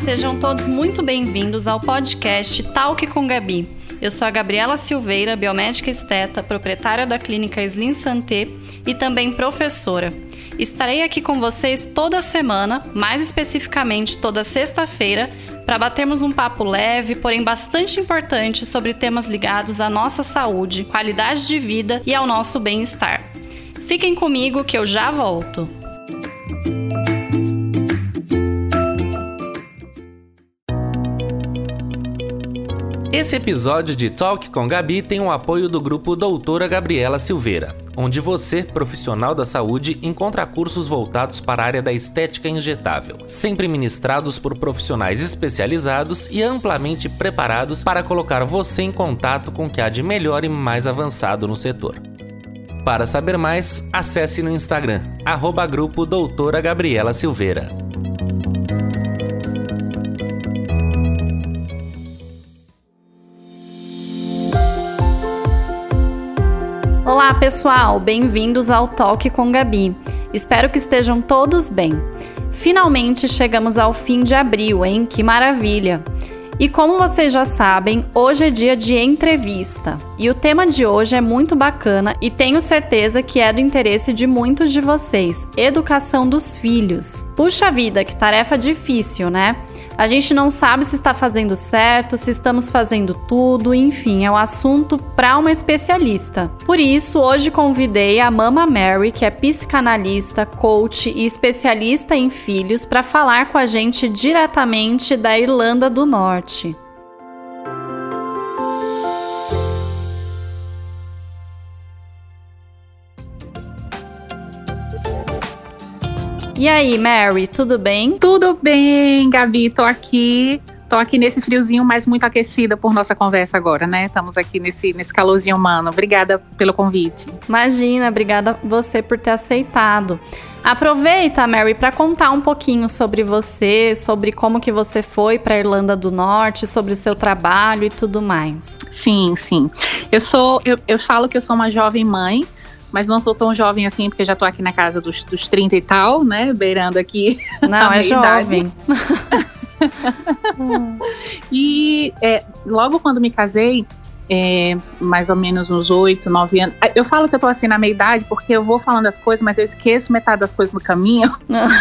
sejam todos muito bem-vindos ao podcast Talk com Gabi. Eu sou a Gabriela Silveira, biomédica esteta, proprietária da clínica Slim Santé e também professora. Estarei aqui com vocês toda semana, mais especificamente toda sexta-feira, para batermos um papo leve, porém bastante importante sobre temas ligados à nossa saúde, qualidade de vida e ao nosso bem-estar. Fiquem comigo que eu já volto. Esse episódio de Talk com Gabi tem o apoio do grupo Doutora Gabriela Silveira, onde você, profissional da saúde, encontra cursos voltados para a área da estética injetável, sempre ministrados por profissionais especializados e amplamente preparados para colocar você em contato com o que há de melhor e mais avançado no setor. Para saber mais, acesse no Instagram, @grupo Doutora Gabriela Silveira. Olá pessoal, bem-vindos ao Talk com Gabi. Espero que estejam todos bem. Finalmente chegamos ao fim de abril, hein? Que maravilha! E como vocês já sabem, hoje é dia de entrevista. E o tema de hoje é muito bacana e tenho certeza que é do interesse de muitos de vocês: educação dos filhos. Puxa vida, que tarefa difícil, né? A gente não sabe se está fazendo certo, se estamos fazendo tudo, enfim, é um assunto para uma especialista. Por isso, hoje convidei a Mama Mary, que é psicanalista, coach e especialista em filhos, para falar com a gente diretamente da Irlanda do Norte. E aí, Mary, tudo bem? Tudo bem, Gabi, tô aqui nesse friozinho, mas muito aquecida por nossa conversa agora, né? Estamos aqui nesse calorzinho humano. Obrigada pelo convite. Imagina, obrigada você por ter aceitado. Aproveita, Mary, para contar um pouquinho sobre você, sobre como que você foi para a Irlanda do Norte, sobre o seu trabalho e tudo mais. Sim. Eu falo que eu sou uma jovem mãe, mas não sou tão jovem assim, porque já tô aqui na casa dos 30 e tal, né? Beirando aqui. Não, é jovem. E logo quando me casei, mais ou menos uns 8, 9 anos. Eu falo que eu tô assim na meia idade, porque eu vou falando as coisas, mas eu esqueço metade das coisas no caminho.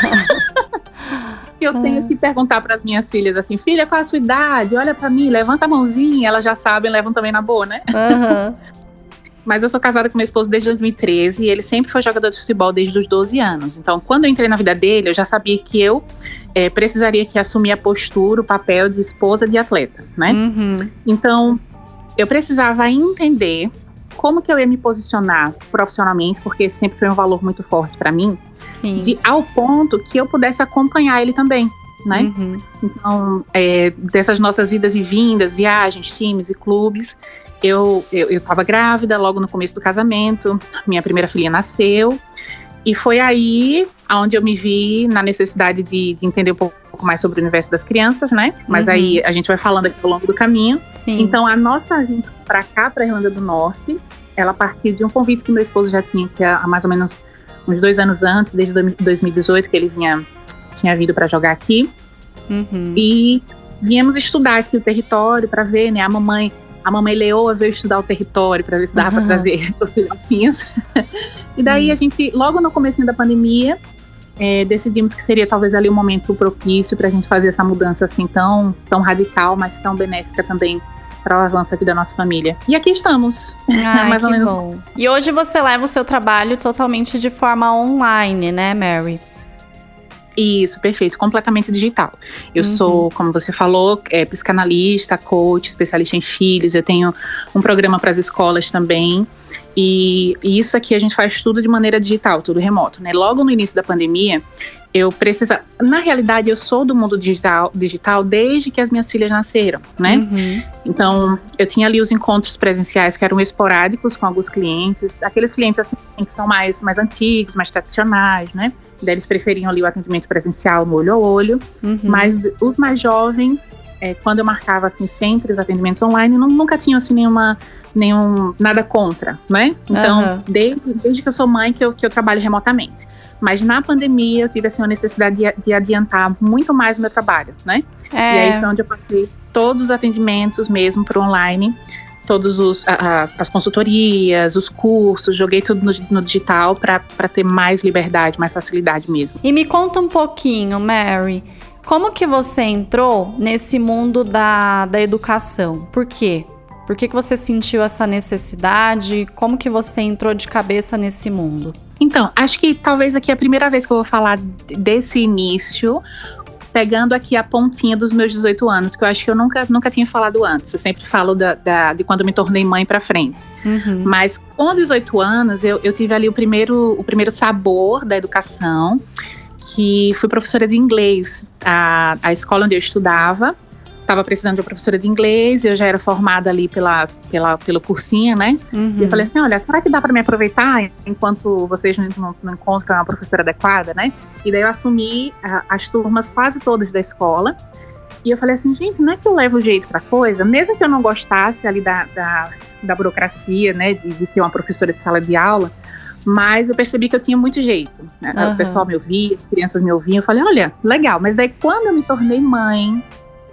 Eu tenho que perguntar para as minhas filhas assim: filha, qual é a sua idade? Olha para mim, levanta a mãozinha. Elas já sabem, levam também na boa, né? Mas eu sou casada com meu esposo desde 2013 e ele sempre foi jogador de futebol desde os 12 anos. Então, quando eu entrei na vida dele, eu já sabia que eu precisaria que assumir a postura, o papel de esposa de atleta, né? Então, eu precisava entender como que eu ia me posicionar profissionalmente, porque esse sempre foi um valor muito forte para mim, ao ponto que eu pudesse acompanhar ele também, né? Então, dessas nossas idas e vindas, viagens, times e clubes, eu estava grávida logo no começo do casamento, minha primeira filha nasceu, e foi aí onde eu me vi na necessidade de entender um pouco mais sobre o universo das crianças, né? Mas aí a gente vai falando aqui ao longo do caminho. Então a nossa vinda para cá, para a Irlanda do Norte, ela partiu de um convite que meu esposo já tinha há mais ou menos uns 2 anos antes, desde 2018, que ele tinha vindo para jogar aqui. E viemos estudar aqui o território para ver, né? A mamãe leoa veio estudar o território para ver se dava para trazer os filhotinhos. E daí a gente, logo no comecinho da pandemia, decidimos que seria talvez ali um momento propício para a gente fazer essa mudança assim tão radical, mas tão benéfica também para o avanço aqui da nossa família. E aqui estamos. Mais ou menos. Bom. E hoje você leva o seu trabalho totalmente de forma online, né, Mary? Isso, perfeito, completamente digital. Eu sou, como você falou, psicanalista, coach, especialista em filhos. Eu tenho um programa para as escolas também. E isso aqui a gente faz tudo de maneira digital, tudo remoto, né? Logo no início da pandemia, na realidade, eu sou do mundo digital desde que as minhas filhas nasceram, né? Então, eu tinha ali os encontros presenciais que eram esporádicos com alguns clientes, aqueles clientes assim que são mais antigos, mais tradicionais, né? Daí eles preferiam ali o atendimento presencial no olho a olho. Mas os mais jovens, quando eu marcava assim sempre os atendimentos online, nunca tinham assim nada contra, né? Então, desde que eu sou mãe que eu trabalho remotamente. Mas na pandemia eu tive assim uma necessidade de adiantar muito mais o meu trabalho, né? E aí foi onde eu passei todos os atendimentos mesmo para online, todos as consultorias, os cursos, joguei tudo no digital para ter mais liberdade, mais facilidade mesmo. E me conta um pouquinho, Mary, como que você entrou nesse mundo da educação? Por quê? Por que você sentiu essa necessidade? Como que você entrou de cabeça nesse mundo? Então, acho que talvez aqui é a primeira vez que eu vou falar desse início, pegando aqui a pontinha dos meus 18 anos, que eu acho que eu nunca tinha falado antes. Eu sempre falo de quando eu me tornei mãe pra frente. Mas com 18 anos, eu tive ali o primeiro sabor da educação, que fui professora de inglês. A escola onde eu estudava estava precisando de uma professora de inglês, eu já era formada ali pelo cursinho, né? E eu falei assim, olha, será que dá para me aproveitar enquanto vocês não encontram uma professora adequada, né? E daí eu assumi as turmas quase todas da escola. E eu falei assim, gente, não é que eu levo jeito pra coisa? Mesmo que eu não gostasse ali da burocracia, né? De ser uma professora de sala de aula, mas eu percebi que eu tinha muito jeito, né? O pessoal me ouvia, as crianças me ouviam, eu falei, olha, legal. Mas daí quando eu me tornei mãe,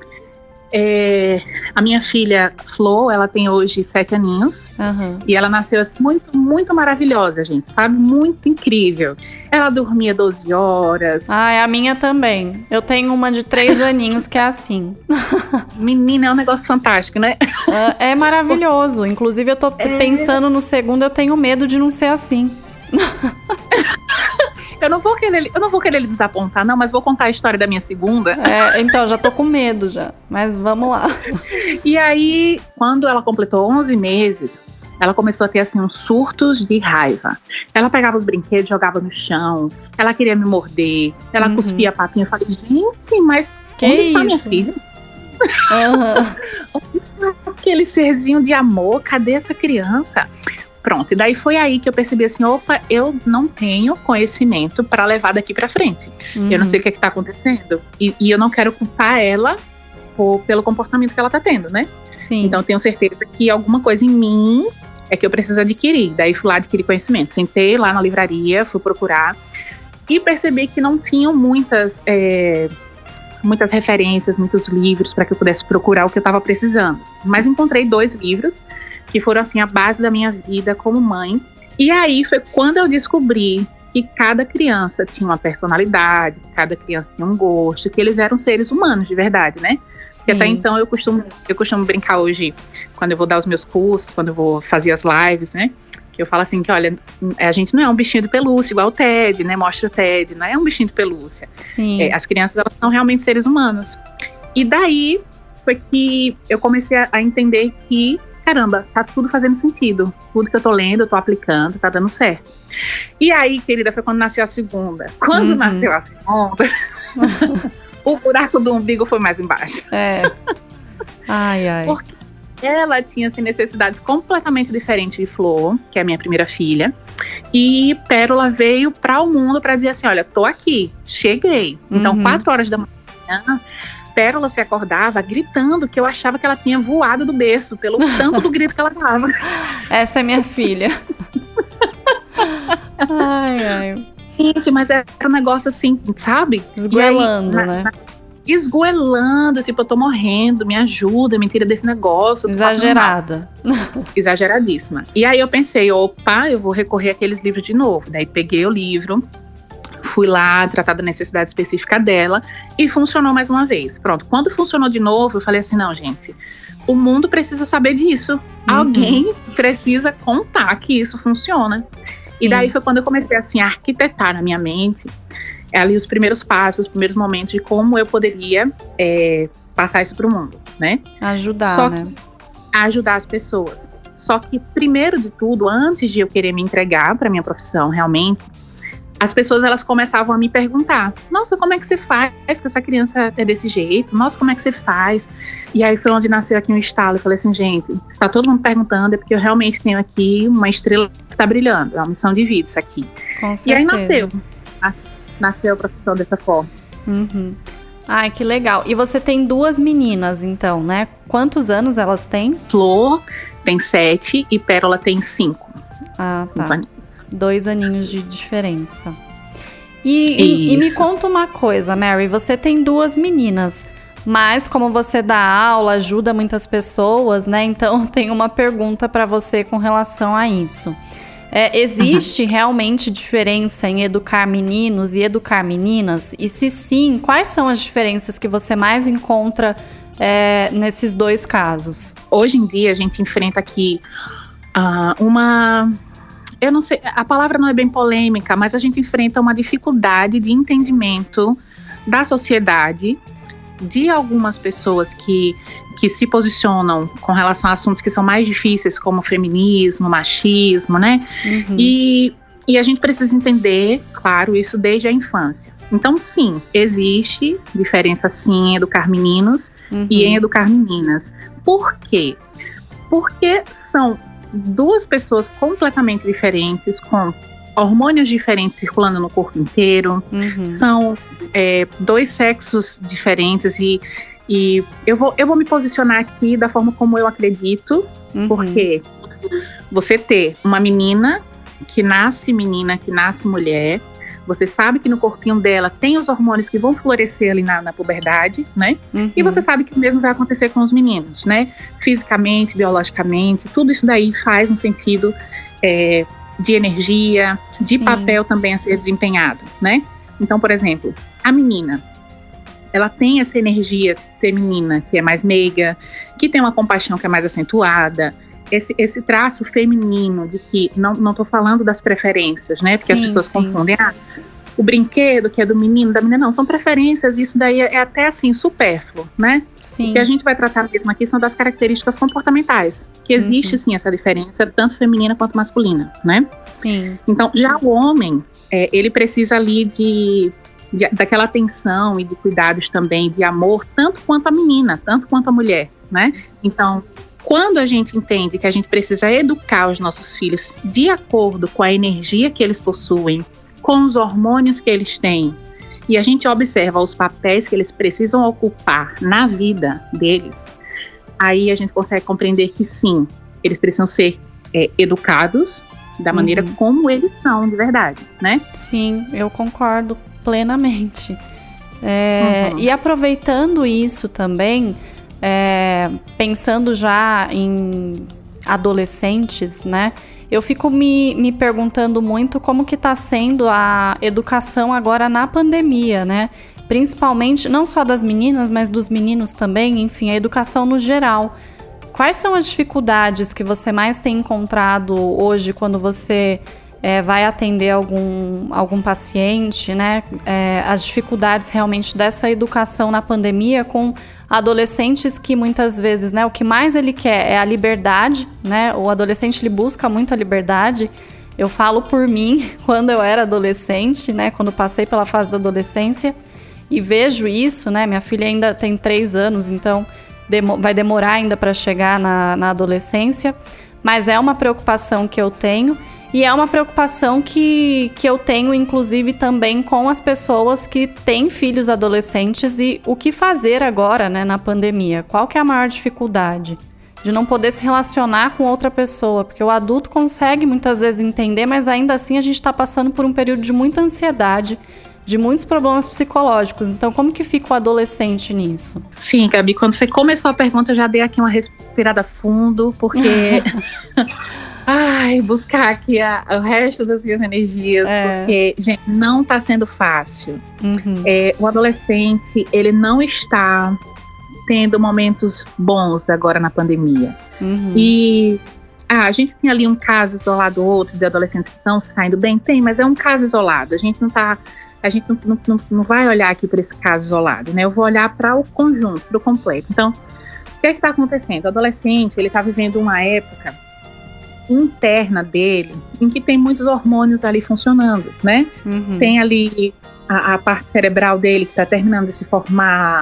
a minha filha Flo, ela tem hoje 7 aninhos, e ela nasceu assim, muito, muito maravilhosa, gente, sabe? Muito incrível. Ela dormia 12 horas. A minha também. Eu tenho uma de 3 aninhos que é assim. Menina, é um negócio fantástico, né? É maravilhoso. Inclusive, eu tô pensando no segundo, eu tenho medo de não ser assim. Eu não vou querer ele desapontar, não, mas vou contar a história da minha segunda. Então, já tô com medo já, mas vamos lá. E aí, quando ela completou 11 meses, ela começou a ter, assim, uns surtos de raiva. Ela pegava os brinquedos, jogava no chão, ela queria me morder, ela cuspia a papinha. Eu falei, gente, mas onde está minha filha? Onde está aquele serzinho de amor? Cadê essa criança? Pronto, e daí foi aí que eu percebi assim, opa, eu não tenho conhecimento para levar daqui para frente. Eu não sei o que está acontecendo. E eu não quero culpar ela pelo comportamento que ela está tendo, né? Sim. Então, tenho certeza que alguma coisa em mim é que eu preciso adquirir. Daí, fui lá adquirir conhecimento. Sentei lá na livraria, fui procurar e percebi que não tinham muitas referências, muitos livros para que eu pudesse procurar o que eu estava precisando. Mas encontrei 2 livros que foram, assim, a base da minha vida como mãe. E aí foi quando eu descobri que cada criança tinha uma personalidade, cada criança tinha um gosto, que eles eram seres humanos de verdade, né? Sim. Porque até então eu costumo brincar hoje, quando eu vou dar os meus cursos, quando eu vou fazer as lives, né? Que eu falo assim que, olha, a gente não é um bichinho de pelúcia, igual o Ted, né? Mostra o Ted, não é um bichinho de pelúcia. Sim. As crianças, elas são realmente seres humanos. E daí foi que eu comecei a entender que, caramba, tá tudo fazendo sentido. Tudo que eu tô lendo, eu tô aplicando, tá dando certo. E aí, querida, foi quando nasceu a segunda. Quando nasceu a segunda, o buraco do umbigo foi mais embaixo. Ai. Porque ela tinha, assim, necessidades completamente diferentes de Flor, que é a minha primeira filha. E Pérola veio para o mundo para dizer assim, olha, tô aqui, cheguei. Então, 4 horas da manhã, Pérola se acordava gritando que eu achava que ela tinha voado do berço, pelo tanto do grito que ela dava. Essa é minha filha. Ai. Gente, mas era um negócio assim, sabe? Esgoelando, né? Esgoelando, tipo, eu tô morrendo, me ajuda, me tira desse negócio. Exagerada. Exageradíssima. E aí eu pensei, opa, eu vou recorrer àqueles livros de novo. Daí peguei o livro, fui lá tratar da necessidade específica dela e funcionou mais uma vez. Pronto, quando funcionou de novo, eu falei assim, não, gente, o mundo precisa saber disso. Alguém precisa contar que isso funciona. Sim. E daí foi quando eu comecei assim, a arquitetar na minha mente ali os primeiros passos, os primeiros momentos de como eu poderia passar isso para o mundo, né? Ajudar as pessoas. Só que, primeiro de tudo, antes de eu querer me entregar para minha profissão, realmente, as pessoas, elas começavam a me perguntar, nossa, como é que você faz que essa criança é desse jeito? Nossa, como é que você faz? E aí foi onde nasceu aqui um estalo. Eu falei assim, gente, está todo mundo perguntando, é porque eu realmente tenho aqui uma estrela que está brilhando. É uma missão de vida isso aqui. Com certeza. E aí nasceu. nasceu a profissão dessa forma. Uhum. Ai, que legal. E você tem 2 meninas, então, né? Quantos anos elas têm? Flor tem 7 e Pérola tem 5. Ah, tá. 5 aninhos. 2 aninhos de diferença. E me conta uma coisa, Mary. Você tem 2 meninas, mas como você dá aula, ajuda muitas pessoas, né? Então, tem uma pergunta para você com relação a isso. Existe realmente diferença em educar meninos e educar meninas? E se sim, quais são as diferenças que você mais encontra nesses 2 casos? Hoje em dia a gente enfrenta aqui eu não sei, a palavra não é bem polêmica, mas a gente enfrenta uma dificuldade de entendimento da sociedade, de algumas pessoas que se posicionam com relação a assuntos que são mais difíceis, como feminismo, machismo, né? Uhum. E a gente precisa entender, claro, isso desde a infância. Então, sim, existe diferença, sim, em educar meninos e em educar meninas. Por quê? Porque são 2 pessoas completamente diferentes, com hormônios diferentes circulando no corpo inteiro. São 2 sexos diferentes e eu vou me posicionar aqui da forma como eu acredito, porque você ter uma menina que nasce mulher, você sabe que no corpinho dela tem os hormônios que vão florescer ali na puberdade, né? E você sabe que o mesmo vai acontecer com os meninos, né? Fisicamente, biologicamente, tudo isso daí faz um sentido de energia, de papel também a ser desempenhado, né? Então, por exemplo, a menina, ela tem essa energia feminina que é mais meiga, que tem uma compaixão que é mais acentuada, esse traço feminino de que, não tô falando das preferências, né? Porque as pessoas confundem, o brinquedo que é do menino, da menina, não, são preferências, isso daí é até assim, supérfluo, né? Sim. O que a gente vai tratar mesmo aqui são das características comportamentais, que existe sim essa diferença, tanto feminina quanto masculina, né? Sim. Então, já o homem, ele precisa ali daquela atenção e de cuidados também, de amor, tanto quanto a menina, tanto quanto a mulher, né? Então, quando a gente entende que a gente precisa educar os nossos filhos de acordo com a energia que eles possuem, com os hormônios que eles têm, e a gente observa os papéis que eles precisam ocupar na vida deles, aí a gente consegue compreender que sim, eles precisam ser educados da maneira como eles são de verdade, né? Sim, eu concordo plenamente. E aproveitando isso também, pensando já em adolescentes, né? Eu fico me perguntando muito como que está sendo a educação agora na pandemia, né? Principalmente, não só das meninas, mas dos meninos também, enfim, a educação no geral. Quais são as dificuldades que você mais tem encontrado hoje quando você vai atender algum paciente, né? As dificuldades realmente dessa educação na pandemia com adolescentes que muitas vezes, né, o que mais ele quer é a liberdade, né? O adolescente, ele busca muito a liberdade. Eu falo por mim, quando eu era adolescente, né, quando passei pela fase da adolescência e vejo isso, né? Minha filha ainda tem 3 anos, então vai demorar ainda para chegar na adolescência, mas é uma preocupação que eu tenho. E é uma preocupação que eu tenho, inclusive, também com as pessoas que têm filhos adolescentes e o que fazer agora, né, na pandemia. Qual que é a maior dificuldade? De não poder se relacionar com outra pessoa, porque o adulto consegue muitas vezes entender, mas ainda assim a gente está passando por um período de muita ansiedade, de muitos problemas psicológicos. Então, como que fica o adolescente nisso? Sim, Gabi, quando você começou a pergunta, eu já dei aqui uma respirada fundo, porque... buscar aqui o resto das minhas energias, porque, gente, não está sendo fácil. O adolescente, ele não está tendo momentos bons agora na pandemia. E a gente tem ali um caso isolado, outro de adolescentes que estão saindo bem, tem, mas é um caso isolado. A gente não vai olhar aqui para esse caso isolado, né? Eu vou olhar para o conjunto, para o completo. Então, o que é que está acontecendo? O adolescente, ele está vivendo uma época interna dele, em que tem muitos hormônios ali funcionando, né? Tem ali a parte cerebral dele que está terminando de se formar,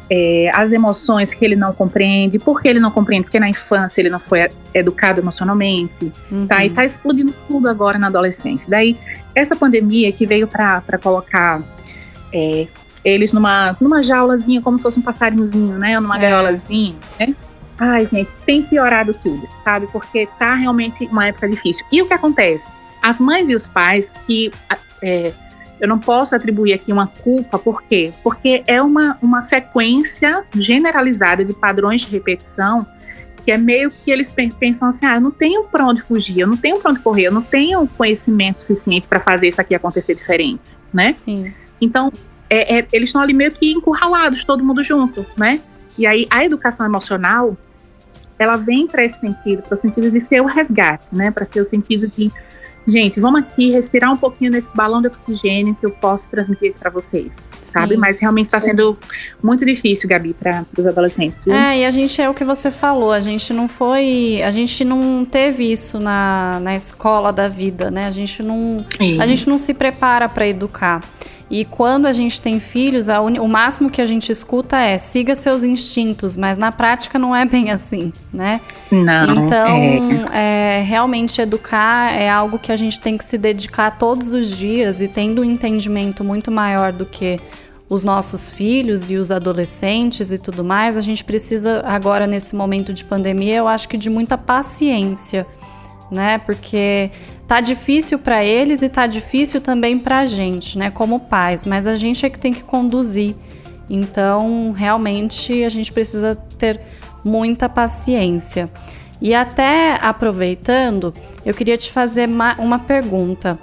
as emoções que ele não compreende. Por que ele não compreende? Porque na infância ele não foi educado emocionalmente, tá? E tá explodindo tudo agora na adolescência. Daí, essa pandemia que veio para colocar eles numa jaulazinha, como se fosse um passarinhozinho, né? Numa gaiolazinha, né? Ai, gente, tem piorado tudo, sabe? Porque tá realmente uma época difícil. E o que acontece? As mães e os pais, que eu não posso atribuir aqui uma culpa, por quê? Porque é uma sequência generalizada de padrões de repetição, que é meio que eles pensam assim, eu não tenho pra onde fugir, eu não tenho pra onde correr, eu não tenho conhecimento suficiente para fazer isso aqui acontecer diferente, né? Sim. Então, eles estão ali meio que encurralados, todo mundo junto, né? E aí, a educação emocional, ela vem para esse sentido, para o sentido de ser o resgate, né? Para ser o sentido de, gente, vamos aqui respirar um pouquinho nesse balão de oxigênio que eu posso transmitir para vocês, sabe? Mas realmente está sendo muito difícil, Gabi, para os adolescentes. Viu? E a gente é o que você falou, a gente não teve isso na escola da vida, né? A gente não se prepara para educar. E quando a gente tem filhos, o máximo que a gente escuta é siga seus instintos, mas na prática não é bem assim, né? Não. Então, realmente educar é algo que a gente tem que se dedicar todos os dias e tendo um entendimento muito maior do que os nossos filhos e os adolescentes e tudo mais, a gente precisa agora nesse momento de pandemia, eu acho que de muita paciência, né? Porque tá difícil para eles e tá difícil também pra gente, né, como pais, mas a gente é que tem que conduzir. Então, realmente, a gente precisa ter muita paciência. E até aproveitando, eu queria te fazer uma pergunta.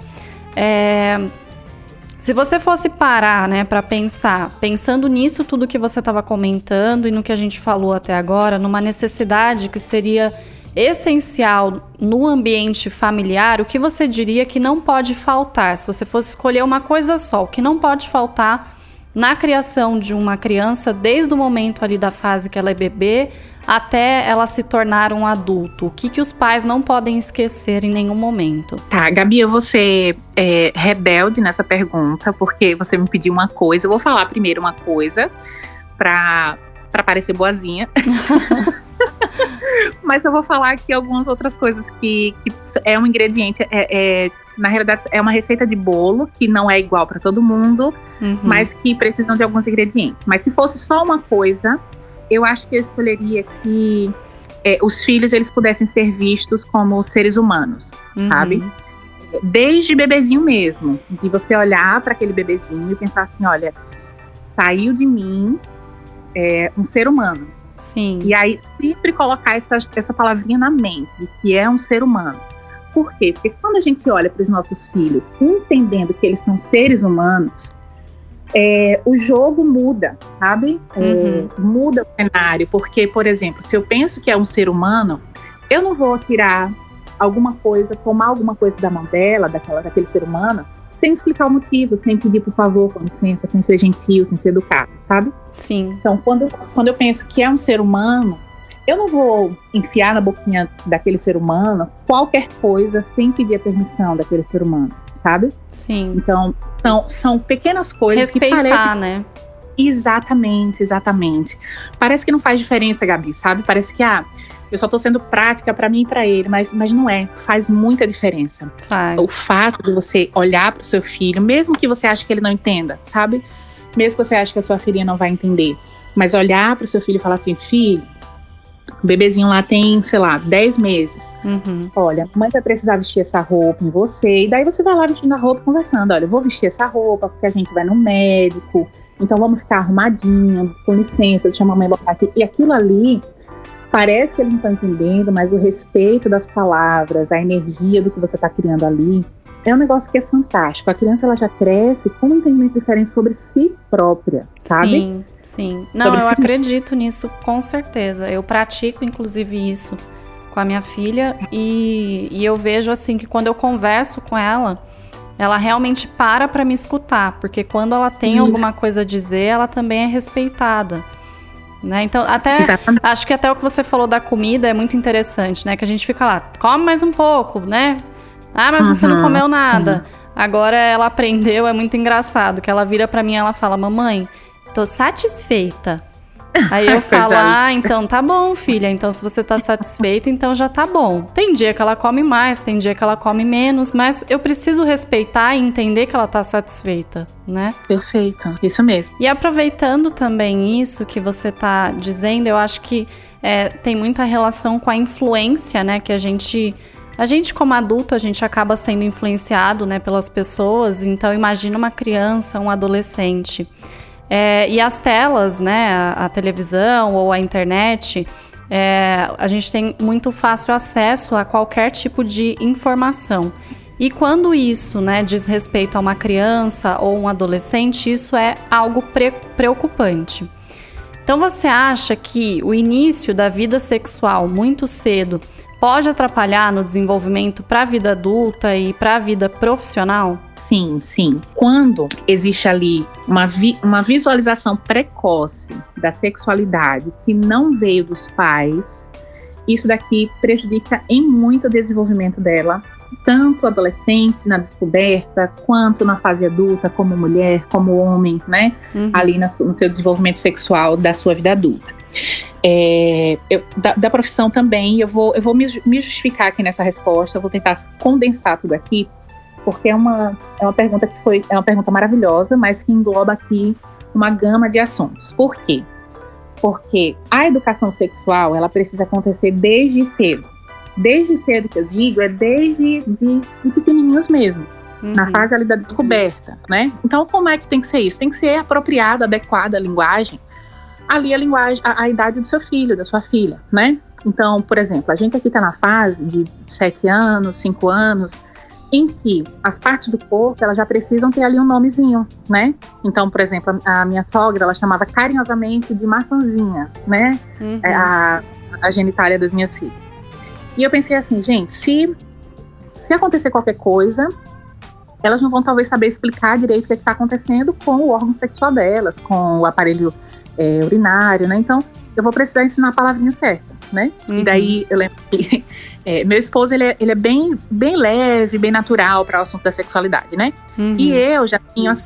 Se você fosse parar, né, para pensando nisso tudo que você estava comentando e no que a gente falou até agora, numa necessidade que seria essencial no ambiente familiar, o que você diria que não pode faltar? Se você fosse escolher uma coisa só, o que não pode faltar na criação de uma criança, desde o momento ali da fase que ela é bebê até ela se tornar um adulto, o que os pais não podem esquecer em nenhum momento? Tá, Gabi, eu vou ser rebelde nessa pergunta, porque você me pediu uma coisa. Eu vou falar primeiro uma coisa pra parecer boazinha. Mas eu vou falar aqui algumas outras coisas que é um ingrediente, na realidade é uma receita de bolo que não é igual para todo mundo, mas que precisam de alguns ingredientes. Mas se fosse só uma coisa, eu acho que eu escolheria que os filhos eles pudessem ser vistos como seres humanos, sabe? Desde bebezinho mesmo, de você olhar para aquele bebezinho e pensar assim, olha, saiu de mim um ser humano. Sim. E aí, sempre colocar essa palavrinha na mente, que é um ser humano. Por quê? Porque quando a gente olha para os nossos filhos, entendendo que eles são seres humanos, o jogo muda, sabe? Muda o cenário. Porque, por exemplo, se eu penso que é um ser humano, eu não vou tirar alguma coisa, tomar alguma coisa da mão dela, daquele ser humano, sem explicar o motivo, sem pedir por favor, com licença, sem ser gentil, sem ser educado, sabe? Sim. Então, quando eu penso que é um ser humano, eu não vou enfiar na boquinha daquele ser humano qualquer coisa sem pedir a permissão daquele ser humano, sabe? Sim. Então, são pequenas coisas respeitar, que parecem... né? Exatamente. Parece que não faz diferença, Gabi, sabe? Parece que, eu só tô sendo prática pra mim e pra ele, mas não é. Faz muita diferença. Faz. O fato de você olhar pro seu filho, mesmo que você ache que ele não entenda, sabe? Mesmo que você ache que a sua filhinha não vai entender, mas olhar pro seu filho e falar assim, filho, o bebezinho lá tem, sei lá, 10 meses. Olha, mãe vai precisar vestir essa roupa em você, e daí você vai lá vestindo a roupa e conversando, olha, eu vou vestir essa roupa porque a gente vai no médico, então vamos ficar arrumadinha, com licença, deixa a mamãe botar aqui. E aquilo ali, parece que eles não estão entendendo, mas o respeito das palavras, a energia do que você está criando ali, é um negócio que é fantástico. A criança, ela já cresce com um entendimento diferente sobre si própria, sabe? Sim. Não, eu acredito nisso, com certeza. Eu pratico, inclusive, isso com a minha filha e eu vejo, assim, que quando eu converso com ela realmente para me escutar, porque quando ela tem alguma coisa a dizer, ela também é respeitada. Né? Então, acho que até o que você falou da comida é muito interessante, né? Que a gente fica lá, come mais um pouco, né? Mas você não comeu nada. Agora ela aprendeu, é muito engraçado, que ela vira pra mim e ela fala, mamãe, tô satisfeita. Aí eu falo, então tá bom, filha, então se você tá satisfeita, então já tá bom. Tem dia que ela come mais, tem dia que ela come menos, mas eu preciso respeitar e entender que ela tá satisfeita, né? Perfeito, isso mesmo. E aproveitando também isso que você tá dizendo, eu acho que tem muita relação com a influência, né, que a gente como adulto, a gente acaba sendo influenciado, né, pelas pessoas. Então imagina uma criança, um adolescente. E as telas, né, a televisão ou a internet, a gente tem muito fácil acesso a qualquer tipo de informação. E quando isso, né, diz respeito a uma criança ou um adolescente, isso é algo preocupante. Então você acha que o início da vida sexual muito cedo pode atrapalhar no desenvolvimento para a vida adulta e para a vida profissional? Sim, sim. Quando existe ali uma visualização precoce da sexualidade que não veio dos pais, isso daqui prejudica em muito o desenvolvimento dela, tanto adolescente na descoberta, quanto na fase adulta, como mulher, como homem, né? Ali no seu desenvolvimento sexual da sua vida adulta. Da profissão também, eu vou me justificar aqui nessa resposta, eu vou tentar condensar tudo aqui, porque é uma pergunta é uma pergunta maravilhosa, mas que engloba aqui uma gama de assuntos. Por quê? Porque a educação sexual, ela precisa acontecer desde cedo. Desde cedo, que eu digo, desde pequenininhos mesmo, na fase ali da descoberta, né? Então, como é que tem que ser isso? Tem que ser apropriada, adequada a linguagem, ali a idade do seu filho, da sua filha, né? Então, por exemplo, a gente aqui está na fase de 7 anos, 5 anos, em que as partes do corpo, elas já precisam ter ali um nomezinho, né? Então, por exemplo, a minha sogra, ela chamava carinhosamente de maçãzinha, né? A genitália das minhas filhas. E eu pensei assim, gente, se acontecer qualquer coisa, elas não vão talvez saber explicar direito o que está acontecendo com o órgão sexual delas, com o aparelho urinário, né? Então, eu vou precisar ensinar a palavrinha certa, né? E daí, eu lembro que meu esposo, ele é bem leve, bem natural para o assunto da sexualidade, né? E eu já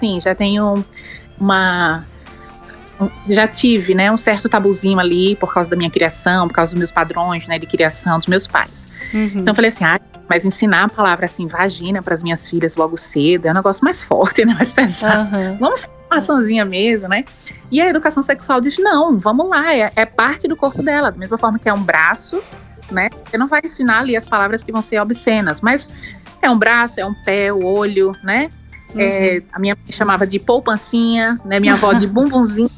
tive, né, um certo tabuzinho ali por causa da minha criação, por causa dos meus padrões, né, de criação dos meus pais. Então eu falei assim, mas ensinar a palavra assim, vagina, para as minhas filhas logo cedo é um negócio mais forte, né, mais pesado. Vamos fazer uma maçãzinha mesmo, né? E a educação sexual diz, não, vamos lá, é parte do corpo dela, da mesma forma que é um braço, né? Você não vai ensinar ali as palavras que vão ser obscenas, mas é um braço, é um pé, o olho, né? A minha mãe chamava de poupancinha, né? Minha avó de bumbumzinha.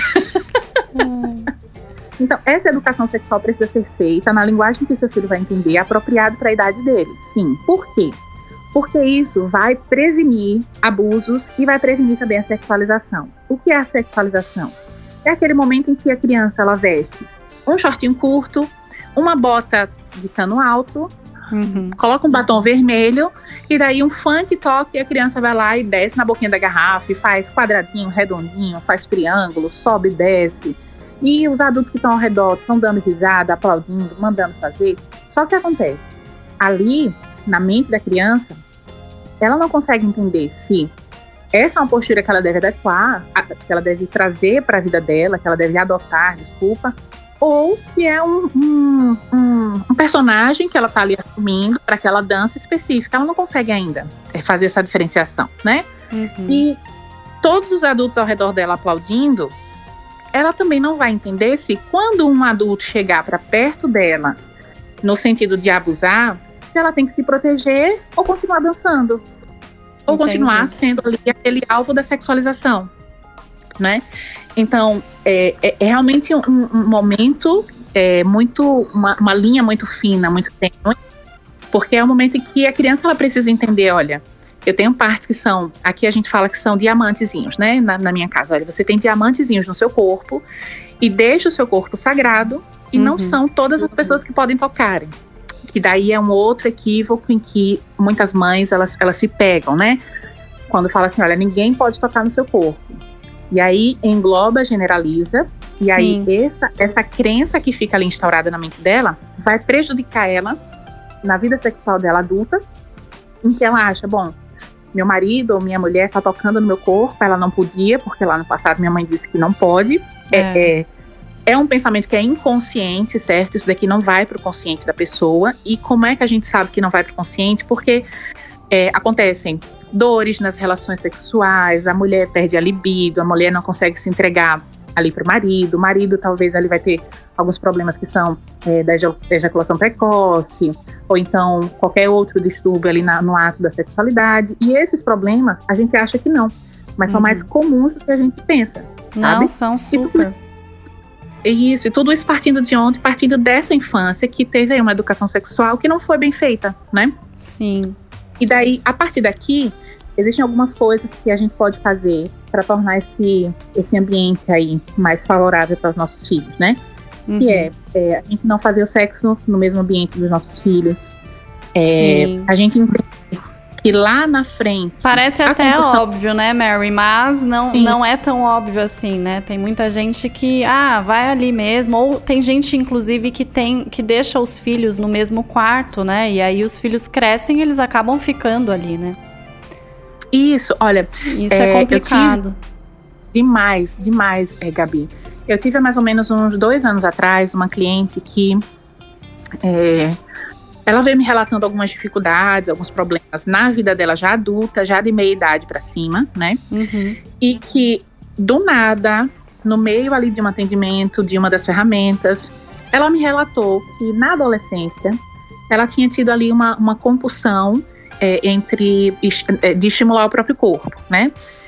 Então, essa educação sexual precisa ser feita na linguagem que o seu filho vai entender, apropriado para a idade dele. Sim. Por quê? Porque isso vai prevenir abusos e vai prevenir também a sexualização. O que é a sexualização? É aquele momento em que a criança, ela veste um shortinho curto, uma bota de cano alto, coloca um batom vermelho, e daí um funk toque, e a criança vai lá e desce na boquinha da garrafa, e faz quadradinho, redondinho, faz triângulo, sobe e desce. E os adultos que estão ao redor estão dando risada, aplaudindo, mandando fazer. Só que acontece, ali, na mente da criança, ela não consegue entender se essa é uma postura que ela deve adequar, que ela deve trazer para a vida dela, que ela deve adotar, ou se é um personagem que ela está ali assumindo para aquela dança específica. Ela não consegue ainda fazer essa diferenciação, né? E todos os adultos ao redor dela aplaudindo, ela também não vai entender se quando um adulto chegar para perto dela, no sentido de abusar, se ela tem que se proteger ou continuar dançando. Ou continuar sendo ali aquele alvo da sexualização, né? Então, é realmente um momento, uma linha muito fina, muito tênue, porque é um momento em que a criança ela precisa entender, olha, eu tenho partes que são, aqui a gente fala que são diamantezinhos, né, na minha casa, olha, você tem diamantezinhos no seu corpo e deixa o seu corpo sagrado e não são todas as pessoas que podem tocarem. Que daí é um outro equívoco em que muitas mães, elas se pegam, né, quando fala assim, olha, ninguém pode tocar no seu corpo. E aí engloba, generaliza, e aí essa crença que fica ali instaurada na mente dela vai prejudicar ela na vida sexual dela adulta, em que ela acha, bom, meu marido ou minha mulher tá tocando no meu corpo, ela não podia, porque lá no passado minha mãe disse que não pode, é um pensamento que é inconsciente, certo? Isso daqui não vai para o consciente da pessoa. E como é que a gente sabe que não vai para o consciente? Porque acontecem dores nas relações sexuais, a mulher perde a libido, a mulher não consegue se entregar ali para o marido talvez ali vai ter alguns problemas que são da ejaculação precoce, ou então qualquer outro distúrbio ali no ato da sexualidade. E esses problemas a gente acha que não, mas são mais comuns do que a gente pensa, sabe? Não, são super. E tudo isso partindo de onde? Partindo dessa infância que teve aí uma educação sexual que não foi bem feita, né? Sim. E daí, a partir daqui, existem algumas coisas que a gente pode fazer para tornar esse ambiente aí mais favorável para os nossos filhos, né? Que a gente não fazer o sexo no mesmo ambiente dos nossos filhos. A gente entender que lá na frente... Parece até óbvio, né, Mary? Mas não é tão óbvio assim, né? Tem muita gente que, vai ali mesmo. Ou tem gente, inclusive, que deixa os filhos no mesmo quarto, né? E aí os filhos crescem e eles acabam ficando ali, né? Isso, olha... Isso é complicado. Demais, Gabi. Eu tive há mais ou menos uns 2 anos atrás uma cliente que... ela veio me relatando algumas dificuldades, alguns problemas na vida dela já adulta, já de meia idade para cima, né? E que, do nada, no meio ali de um atendimento, de uma das ferramentas, ela me relatou que na adolescência ela tinha tido ali uma compulsão de estimular o próprio corpo, né?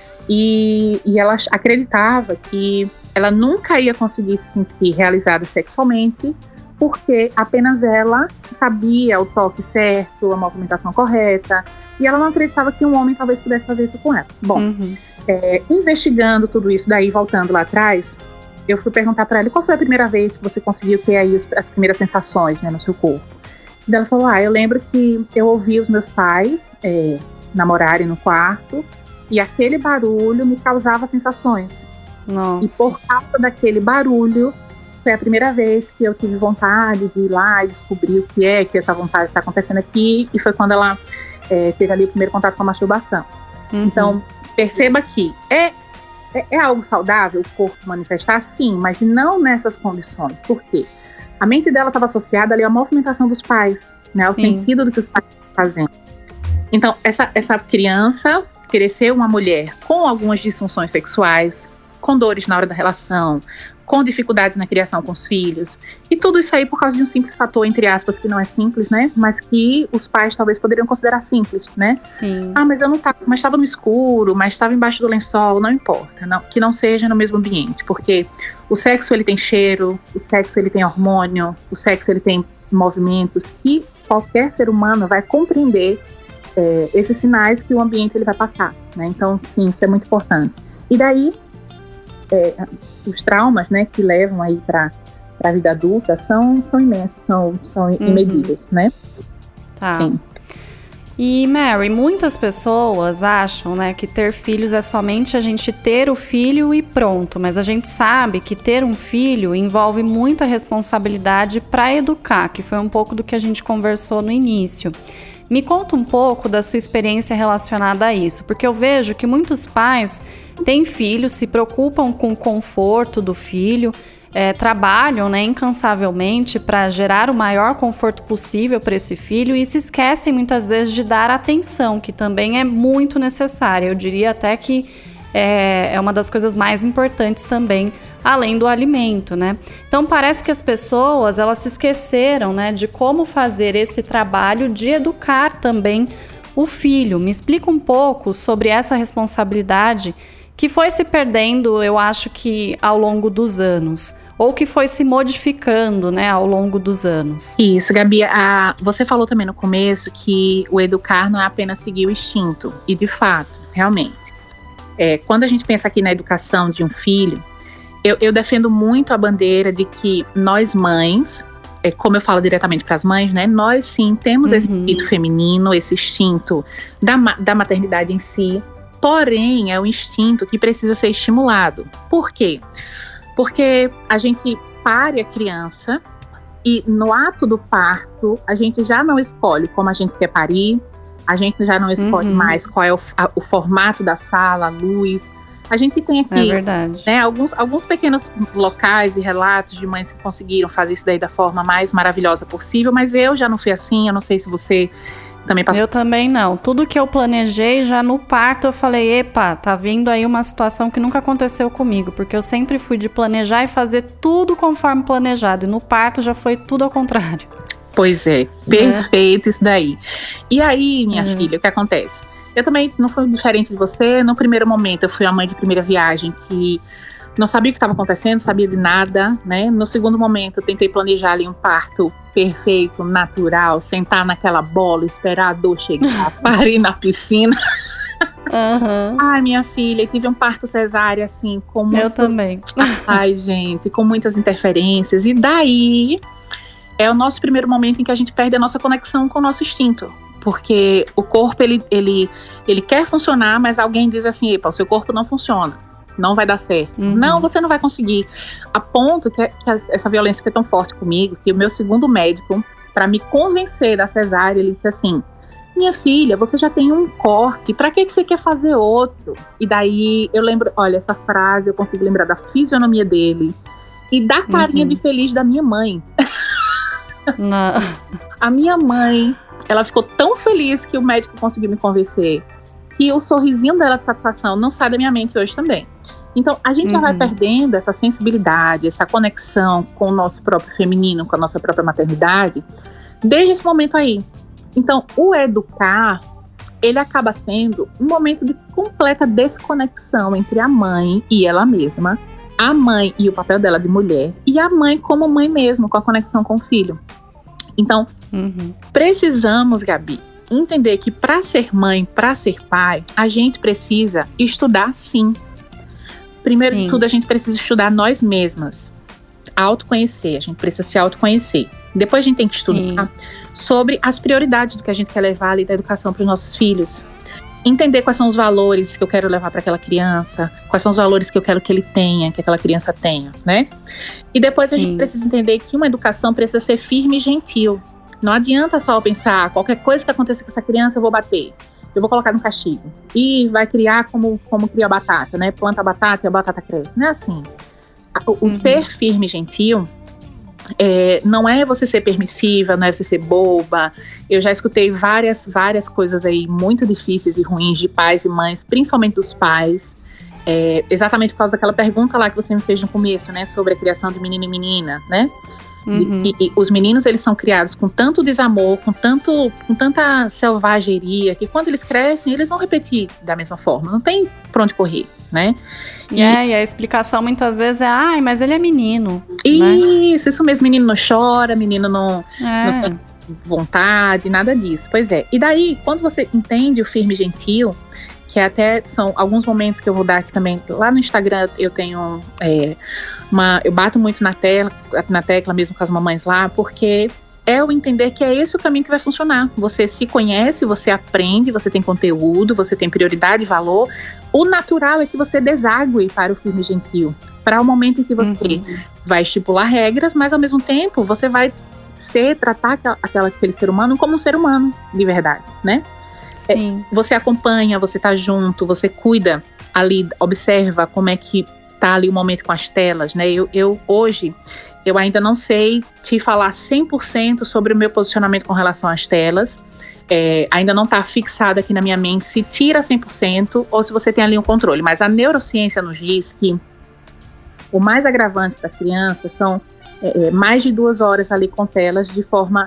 E ela acreditava que ela nunca ia conseguir se sentir realizada sexualmente, porque apenas ela sabia o toque certo, a movimentação correta, e ela não acreditava que um homem talvez pudesse fazer isso com ela. Bom, investigando tudo isso, daí voltando lá atrás, eu fui perguntar para ela qual foi a primeira vez que você conseguiu ter aí as primeiras sensações, né, no seu corpo. E ela falou, eu lembro que eu ouvi os meus pais namorarem no quarto, e aquele barulho me causava sensações. Nossa. E por causa daquele barulho, foi a primeira vez que eu tive vontade de ir lá e descobrir o que essa vontade está acontecendo aqui. E foi quando ela teve ali o primeiro contato com a masturbação. Então, perceba que é algo saudável o corpo manifestar, sim, mas não nessas condições. Por quê? A mente dela estava associada ali à movimentação dos pais, né, ao sentido do que os pais estão fazendo. Então, essa criança querer ser uma mulher com algumas disfunções sexuais, com dores na hora da relação, com dificuldades na criação com os filhos, e tudo isso aí por causa de um simples fator, entre aspas, que não é simples, né, mas que os pais talvez poderiam considerar simples, né? Sim. Mas eu não tava, mas estava no escuro, mas estava embaixo do lençol, não importa, que não seja no mesmo ambiente, porque o sexo ele tem cheiro, o sexo ele tem hormônio, o sexo ele tem movimentos, e qualquer ser humano vai compreender esses sinais que o ambiente ele vai passar, né? Então, sim, isso é muito importante. E daí, os traumas, né, que levam aí para a vida adulta são imensos, são imedíveis, né? Tá. Sim. E, Mary, muitas pessoas acham, né, que ter filhos é somente a gente ter o filho e pronto, mas a gente sabe que ter um filho envolve muita responsabilidade para educar, que foi um pouco do que a gente conversou no início. Me conta um pouco da sua experiência relacionada a isso, porque eu vejo que muitos pais têm filhos, se preocupam com o conforto do filho, trabalham, né, incansavelmente para gerar o maior conforto possível para esse filho e se esquecem muitas vezes de dar atenção, que também é muito necessária. Eu diria até que é uma das coisas mais importantes também, além do alimento, né? Então parece que as pessoas, elas se esqueceram, né, de como fazer esse trabalho de educar também o filho. Me explica um pouco sobre essa responsabilidade que foi se perdendo, eu acho que ao longo dos anos, ou que foi se modificando, né, ao longo dos anos. Isso, Gabi, você falou também no começo que o educar não é apenas seguir o instinto, e de fato, realmente, quando a gente pensa aqui na educação de um filho, eu defendo muito a bandeira de que nós mães, como eu falo diretamente para as mães, né, nós sim temos esse instinto feminino, esse instinto da maternidade em si, porém é um instinto que precisa ser estimulado. Por quê? Porque a gente pare a criança e no ato do parto a gente já não escolhe como a gente quer parir, a gente já não escolhe mais qual é o formato da sala, a luz, A gente tem aqui, né, alguns pequenos locais e relatos de mães que conseguiram fazer isso daí da forma mais maravilhosa possível, mas eu já não fui assim, eu não sei se você também passou. Eu também não. Tudo que eu planejei, já no parto eu falei, epa, tá vindo aí uma situação que nunca aconteceu comigo, porque eu sempre fui de planejar e fazer tudo conforme planejado, e no parto já foi tudo ao contrário. Pois é, perfeito isso daí. E aí, minha filha, o que acontece? Eu também não fui diferente de você. No primeiro momento, eu fui a mãe de primeira viagem que não sabia o que estava acontecendo, não sabia de nada, né? No segundo momento, eu tentei planejar ali um parto perfeito, natural, sentar naquela bola, esperar a dor chegar, parir na piscina. Ai, minha filha, tive um parto cesárea, assim, com muito... Eu também. Ai, gente, com muitas interferências. E daí, é o nosso primeiro momento em que a gente perde a nossa conexão com o nosso instinto. Porque o corpo, ele quer funcionar, mas alguém diz assim, epa, o seu corpo não funciona, não vai dar certo. Não, você não vai conseguir. A ponto que essa violência foi tão forte comigo, que o meu segundo médico, para me convencer da cesárea, ele disse assim, minha filha, você já tem um corte, pra que você quer fazer outro? E daí, eu lembro, olha, essa frase, eu consigo lembrar da fisionomia dele e da carinha de feliz da minha mãe. Não. A minha mãe... Ela ficou tão feliz que o médico conseguiu me convencer que o sorrisinho dela de satisfação não sai da minha mente hoje também. Então, a gente já vai perdendo essa sensibilidade, essa conexão com o nosso próprio feminino, com a nossa própria maternidade, desde esse momento aí. Então, o educar, ele acaba sendo um momento de completa desconexão entre a mãe e ela mesma, a mãe e o papel dela de mulher, e a mãe como mãe mesmo, com a conexão com o filho. Então, precisamos, Gabi, entender que para ser mãe, para ser pai, a gente precisa estudar, sim. Primeiro de tudo, a gente precisa estudar nós mesmas. Autoconhecer, a gente precisa se autoconhecer. Depois a gente tem que estudar sobre as prioridades do que a gente quer levar ali da educação para os nossos filhos. Entender quais são os valores que eu quero levar para aquela criança, quais são os valores que eu quero que ele tenha, que aquela criança tenha, né? E depois a gente precisa entender que uma educação precisa ser firme e gentil. Não adianta só pensar, qualquer coisa que aconteça com essa criança eu vou bater, eu vou colocar no castigo. E vai criar como cria a batata, né? Planta a batata e a batata cresce. Não é assim. O ser firme e gentil não é você ser permissiva, não é você ser boba. Eu já escutei várias coisas aí muito difíceis e ruins de pais e mães, principalmente dos pais, exatamente por causa daquela pergunta lá que você me fez no começo, né, sobre a criação de menino e menina, né? E os meninos, eles são criados com tanto desamor, com tanta selvageria, que quando eles crescem, eles vão repetir da mesma forma, não tem pra onde correr, né? E a explicação muitas vezes é, mas ele é menino. Isso mesmo, menino não chora, menino não tem vontade, nada disso. Pois é. E daí, quando você entende o firme e gentil, que até são alguns momentos que eu vou dar aqui também, lá no Instagram eu tenho eu bato muito na tecla mesmo com as mamães lá, porque é o entender que é esse o caminho que vai funcionar. Você se conhece, você aprende, você tem conteúdo, você tem prioridade e valor. O natural é que você desague para o firme e gentil, para o momento em que você vai estipular regras, mas ao mesmo tempo você vai tratar aquele ser humano como um ser humano de verdade, né? Você acompanha, você tá junto, você cuida ali, observa como é que tá ali o momento com as telas, né? Hoje, eu ainda não sei te falar 100% sobre o meu posicionamento com relação às telas. Ainda não está fixado aqui na minha mente se tira 100% ou se você tem ali um controle. Mas a neurociência nos diz que o mais agravante das crianças são mais de 2 horas ali com telas de forma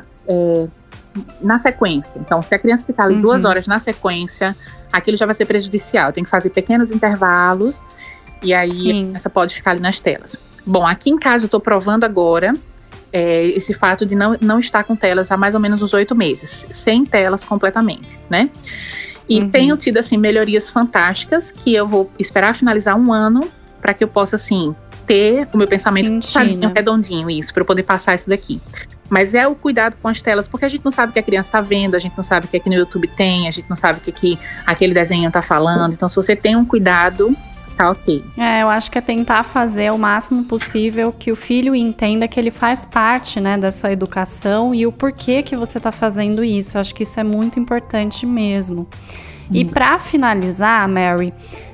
na sequência. Então, se a criança ficar ali 2 horas na sequência, aquilo já vai ser prejudicial. Tem que fazer pequenos intervalos e aí a criança pode ficar ali nas telas. Bom, aqui em casa eu estou provando agora esse fato de não estar com telas há mais ou menos uns 8 meses, sem telas completamente, né? E tenho tido, assim, melhorias fantásticas que eu vou esperar finalizar 1 ano para que eu possa, assim, ter o meu pensamento redondinho, isso, para eu poder passar isso daqui. Mas é o cuidado com as telas, porque a gente não sabe o que a criança está vendo, a gente não sabe o que aqui no YouTube tem, a gente não sabe o que aquele desenho está falando. Então, se você tem um cuidado, tá ok. Eu acho que é tentar fazer o máximo possível que o filho entenda que ele faz parte, né, dessa educação e o porquê que você tá fazendo isso. Eu acho que isso é muito importante mesmo. E para finalizar, Mary,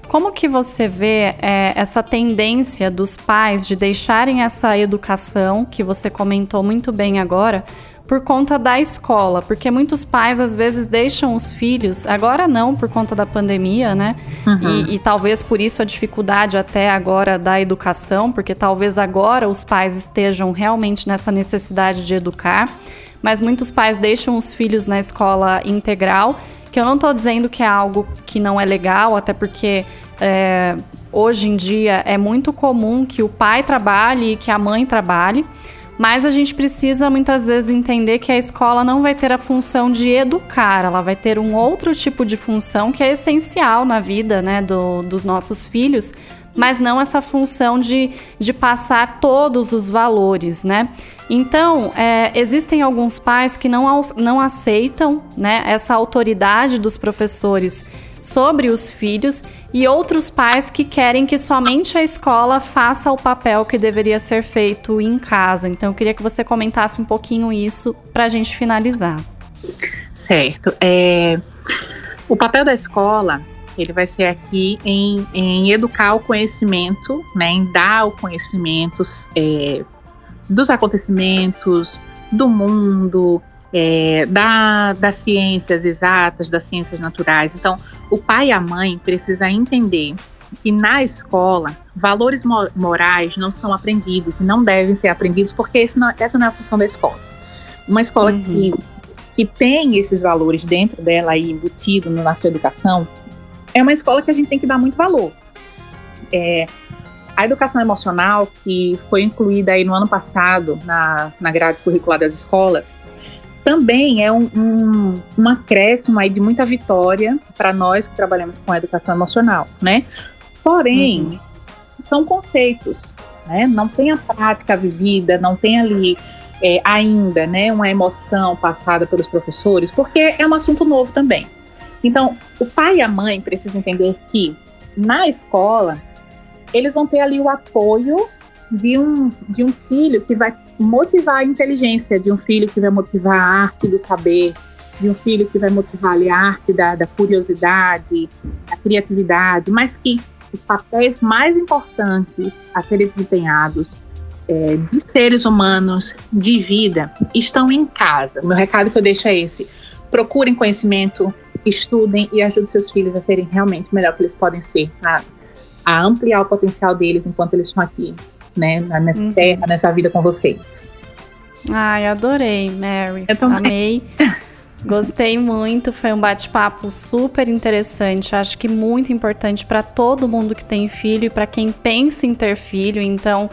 Como que você vê essa tendência dos pais de deixarem essa educação, que você comentou muito bem agora, por conta da escola? Porque muitos pais, às vezes, deixam os filhos, agora não, por conta da pandemia, né? Uhum. E talvez por isso a dificuldade até agora da educação, porque talvez agora os pais estejam realmente nessa necessidade de educar, mas muitos pais deixam os filhos na escola integral, que eu não estou dizendo que é algo que não é legal, até porque hoje em dia é muito comum que o pai trabalhe e que a mãe trabalhe, mas a gente precisa muitas vezes entender que a escola não vai ter a função de educar, ela vai ter um outro tipo de função que é essencial na vida, né, dos nossos filhos, mas não essa função de passar todos os valores, né? Então, existem alguns pais que não aceitam, né, essa autoridade dos professores sobre os filhos e outros pais que querem que somente a escola faça o papel que deveria ser feito em casa. Então, eu queria que você comentasse um pouquinho isso para a gente finalizar. Certo. O papel da escola, ele vai ser aqui em educar o conhecimento, né, em dar o conhecimento dos acontecimentos, do mundo, das ciências exatas, das ciências naturais. Então, o pai e a mãe precisam entender que na escola, valores morais não são aprendidos e não devem ser aprendidos, porque essa não é a função da escola. Uma escola que tem esses valores dentro dela aí, embutido na sua educação, é uma escola que a gente tem que dar muito valor. A educação emocional, que foi incluída aí no ano passado na grade curricular das escolas, também é um acréscimo aí de muita vitória para nós que trabalhamos com a educação emocional, né? Porém, são conceitos, né? Não tem a prática vivida, não tem ali ainda, né, uma emoção passada pelos professores, porque é um assunto novo também. Então, o pai e a mãe precisam entender que na escola eles vão ter ali o apoio de um filho que vai motivar a inteligência, de um filho que vai motivar a arte do saber, de um filho que vai motivar ali a arte da curiosidade, da criatividade, mas que os papéis mais importantes a serem desempenhados de seres humanos, de vida, estão em casa. O meu recado que eu deixo é esse: procurem conhecimento, estudem e ajudem seus filhos a serem realmente o melhor que eles podem ser, a ampliar o potencial deles enquanto eles estão aqui, né, nessa terra, nessa vida com vocês. Ai, adorei, Mary. Eu também. Amei. Gostei muito, foi um bate-papo super interessante, acho que muito importante para todo mundo que tem filho e para quem pensa em ter filho. Então,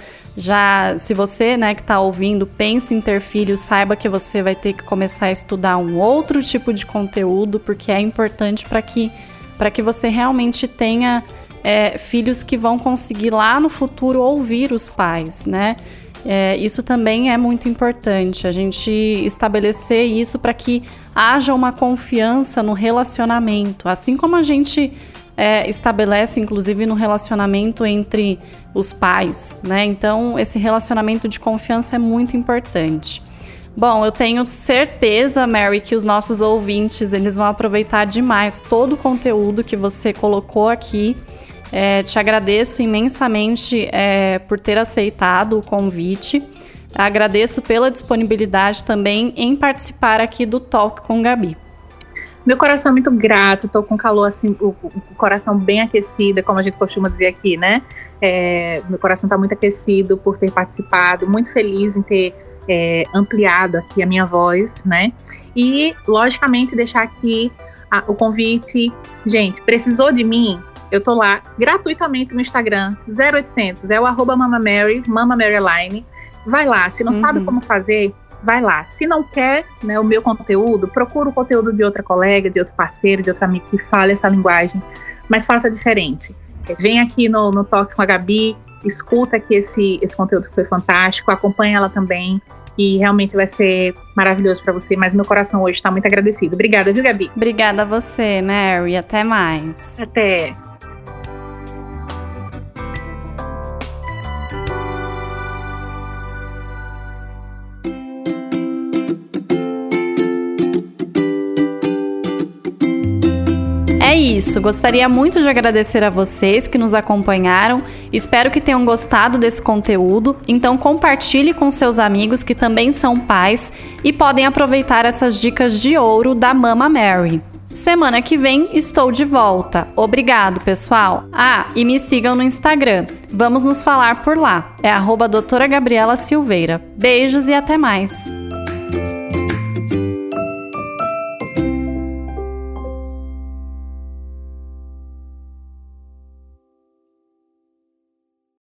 se você, né, que está ouvindo, pensa em ter filho, saiba que você vai ter que começar a estudar um outro tipo de conteúdo, porque é importante para que você realmente tenha filhos que vão conseguir lá no futuro ouvir os pais, né? Isso também é muito importante, a gente estabelecer isso para que haja uma confiança no relacionamento, assim como a gente estabelece, inclusive, no relacionamento entre os pais, né? Então, esse relacionamento de confiança é muito importante. Bom, eu tenho certeza, Mary, que os nossos ouvintes, eles vão aproveitar demais todo o conteúdo que você colocou aqui. Te agradeço imensamente por ter aceitado o convite. Agradeço pela disponibilidade também em participar aqui do Talk com Gabi. Meu coração é muito grato, estou com calor, assim, o coração bem aquecido, como a gente costuma dizer aqui, né? Meu coração está muito aquecido por ter participado, muito feliz em ter ampliado aqui a minha voz, né? E, logicamente, deixar aqui o convite. Gente, precisou de mim? Eu tô lá gratuitamente no Instagram, 0800, é o @mamamary, mamamaryline. Vai lá, se não sabe como fazer, vai lá. Se não quer, né, o meu conteúdo, procura o conteúdo de outra colega, de outro parceiro, de outro amigo que fale essa linguagem, mas faça diferente. Vem aqui no Talk com a Gabi, escuta aqui esse conteúdo que foi fantástico, acompanha ela também, e realmente vai ser maravilhoso para você, mas meu coração hoje está muito agradecido. Obrigada, viu, Gabi? Obrigada a você, Mary. Até mais. Até. É isso, gostaria muito de agradecer a vocês que nos acompanharam, espero que tenham gostado desse conteúdo, então compartilhe com seus amigos que também são pais e podem aproveitar essas dicas de ouro da Mama Mary. Semana que vem estou de volta. Obrigado, pessoal. E me sigam no Instagram. Vamos nos falar por lá. É @doutora Gabriela Silveira. Beijos e até mais.